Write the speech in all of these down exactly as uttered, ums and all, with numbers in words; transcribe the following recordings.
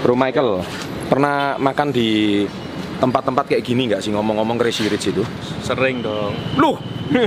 Bro Michael, pernah makan di tempat-tempat kayak gini nggak sih, ngomong-ngomong Crazy Rich itu? Sering dong. Loh!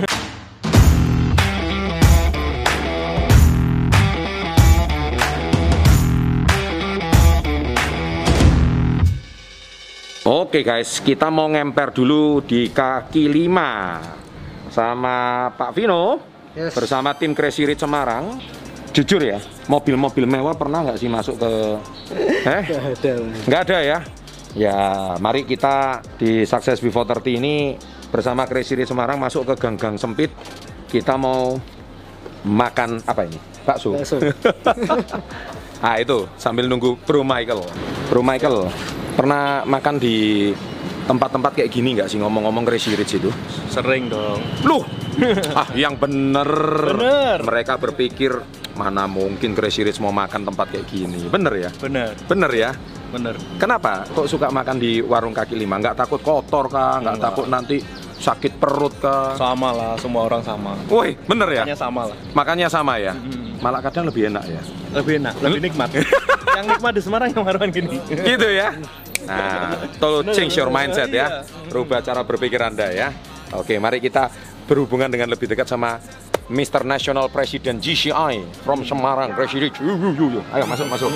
Oke guys, kita mau ngemper dulu di kaki lima sama Pak Vino, yes, bersama tim Crazy Rich Semarang. Jujur ya, mobil-mobil mewah pernah nggak sih masuk ke... Eh? Nggak ada. Nggak ada ya? Ya, mari kita di Success Before thirty ini bersama Crazy Rich Semarang masuk ke gang-gang sempit. Kita mau makan apa ini? Bakso. Bakso. Ah itu, sambil nunggu Bro Michael. Bro Michael, pernah makan di tempat-tempat kayak gini nggak sih, ngomong-ngomong Crazy Rich itu? Sering dong. Loh! Ah, yang bener. Bener. Mereka berpikir, mana mungkin Crazy Rich mau makan tempat kayak gini. Bener ya? Bener. Bener ya? Bener. Kenapa kok suka makan di warung kaki lima? Nggak takut kotor kah? Nggak Enggak. takut nanti sakit perut kah? Sama lah, semua orang sama. Woi, bener ya? Makanya sama lah. Makannya sama ya? Hmm. Malah kadang lebih enak ya? Lebih enak, lebih nikmat. Yang nikmat di Semarang yang warung gini. Gitu ya? Nah, tolong change your mindset ya. Iya. Rubah cara berpikir Anda ya. Oke, mari kita berhubungan dengan lebih dekat sama Mister National President G C I from Semarang, Crazy Rich. Yuh, yuh, yuh, yuh. Ayo masuk, masuk.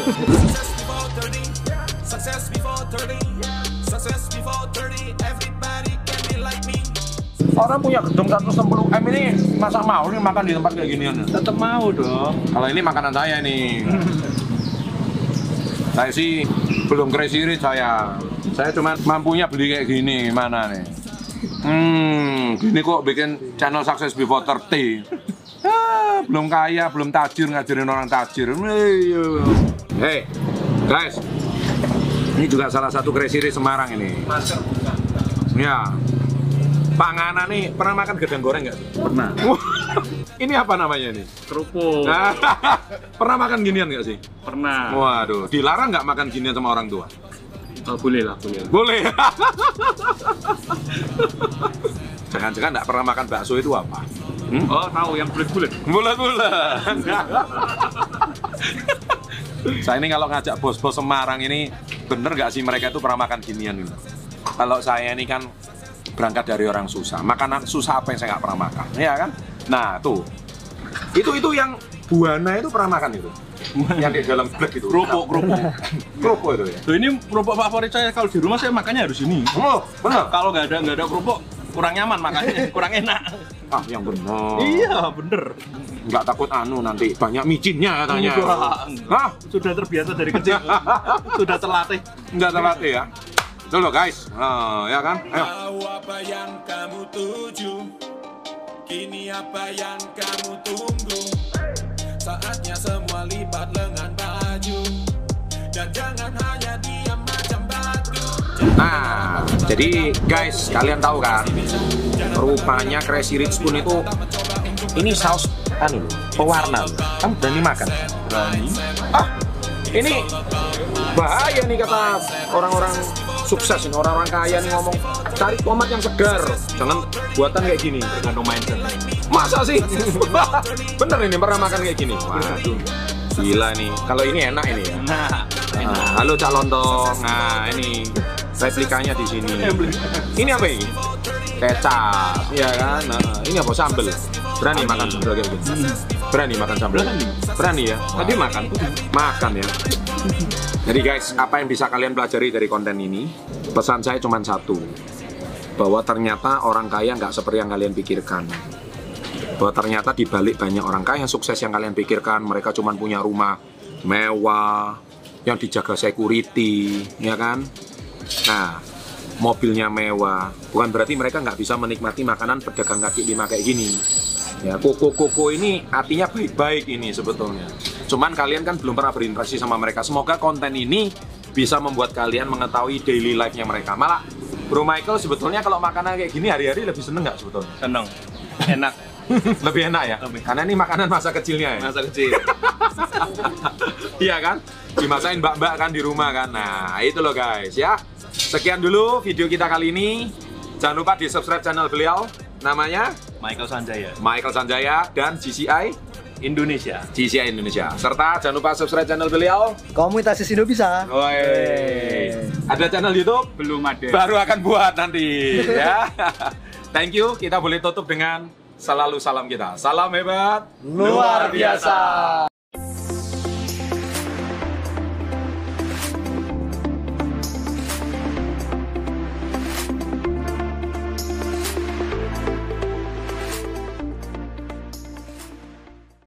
Orang punya gedung seratus enam puluh M ini masa mau nih makan di tempat kayak ginian? Tetap mau dong. Kalau ini makanan saya nih. Saya sih belum Crazy Rich saya. Saya cuma mampunya beli kayak gini, mana nih? Hmm, gini kok bikin channel Success Before thirty. Ah, belum kaya, belum tajir, ngajarin orang tajir. Hey, guys, ini juga salah satu Crazy Rich Semarang ini. Ya, panganan nih, pernah makan gedang goreng nggak sih? Pernah. Ini apa namanya nih? Kerupuk. Pernah makan ginian nggak sih? Pernah. Waduh, dilarang nggak makan ginian sama orang tua? Oh, boleh lah, boleh. Lah. Boleh. Jangan-jangan nggak pernah makan bakso itu apa? Hmm? Oh, tahu yang bulat-bulat. Bulat-bulat. Saya ini kalau ngajak bos-bos Semarang ini, bener nggak sih mereka itu pernah makan ginian gitu? Kalau saya ini kan berangkat dari orang susah, makanan susah apa yang saya nggak pernah makan, ya kan? Nah tuh, itu itu yang Buana itu pernah makan itu, yang di dalam blek itu. Kerupuk, kerupuk. Kerupuk itu ya. Loh, ini kerupuk favorit saya. Kalau di rumah saya makannya harus ini. Oh, benar. Kalau nggak ada nggak ada kerupuk, kurang nyaman makannya, kurang enak. Ah, yang benar. Iya, bener. Nggak takut anu nanti banyak micinnya katanya. Enggak, enggak. Hah? Sudah terbiasa dari kecil. Sudah terlatih. Nggak terlatih ya. Itu loh guys, oh, ya kan? Ayo. Tahu apa yang kamu tuju, kini apa yang kamu tunggu. Saatnya semua lipat lengan baju, dan jangan hanya diam macam batu. Nah, jadi guys, kalian tahu kan, rupanya Crazy Rich pun itu ini saus anu loh, pewarna loh. Kamu berani makan? Berani. Ah, ini bahaya nih kata orang-orang sukses ini, orang-orang kaya nih ngomong cari tomat yang segar, jangan buatan kayak gini. Tergantung mindset. Masa sih? Bener ini pernah makan kayak gini? Waduh, gila nih. Kalau ini enak ini ya. Nah, Nah, halo Cak Lontong. Nah, ini replikanya di sini. Ini apa ini? Kecap, iya kan? Nah, ini apa sambel? Berani makan sambel kayak gini? Berani makan sambel? Berani. Berani ya? Tadi makan? Makan ya. Jadi guys, apa yang bisa kalian pelajari dari konten ini? Pesan saya cuma satu, bahwa ternyata orang kaya nggak seperti yang kalian pikirkan. Bahwa ternyata di balik banyak orang kaya yang sukses yang kalian pikirkan, mereka cuma punya rumah mewah, yang dijaga security, ya kan? Nah, mobilnya mewah, bukan berarti mereka nggak bisa menikmati makanan pedagang kaki lima kayak gini. Ya, koko-koko ini artinya baik-baik ini sebetulnya. Cuman kalian kan belum pernah berinteraksi sama mereka. Semoga konten ini bisa membuat kalian mengetahui daily life-nya mereka. Malah Bro Michael sebetulnya kalau makanan kayak gini hari-hari lebih seneng nggak sebetulnya? seneng. Enak. Lebih enak ya? Lebih. Karena ini makanan masa kecilnya ya? Masa kecil. Iya kan? Dimasain mbak-mbak kan di rumah kan? Nah itu loh guys ya. Sekian dulu video kita kali ini. Jangan lupa di subscribe channel beliau. Namanya? Michael Sanjaya. Michael Sanjaya dan G C I Indonesia. G C I Indonesia. Serta jangan lupa subscribe channel beliau. Komunitas Indo bisa. Woi. Ada channel YouTube? Belum ada. Baru akan buat nanti ya. Thank you. Kita boleh tutup dengan selalu salam kita. Salam hebat Luar biasa.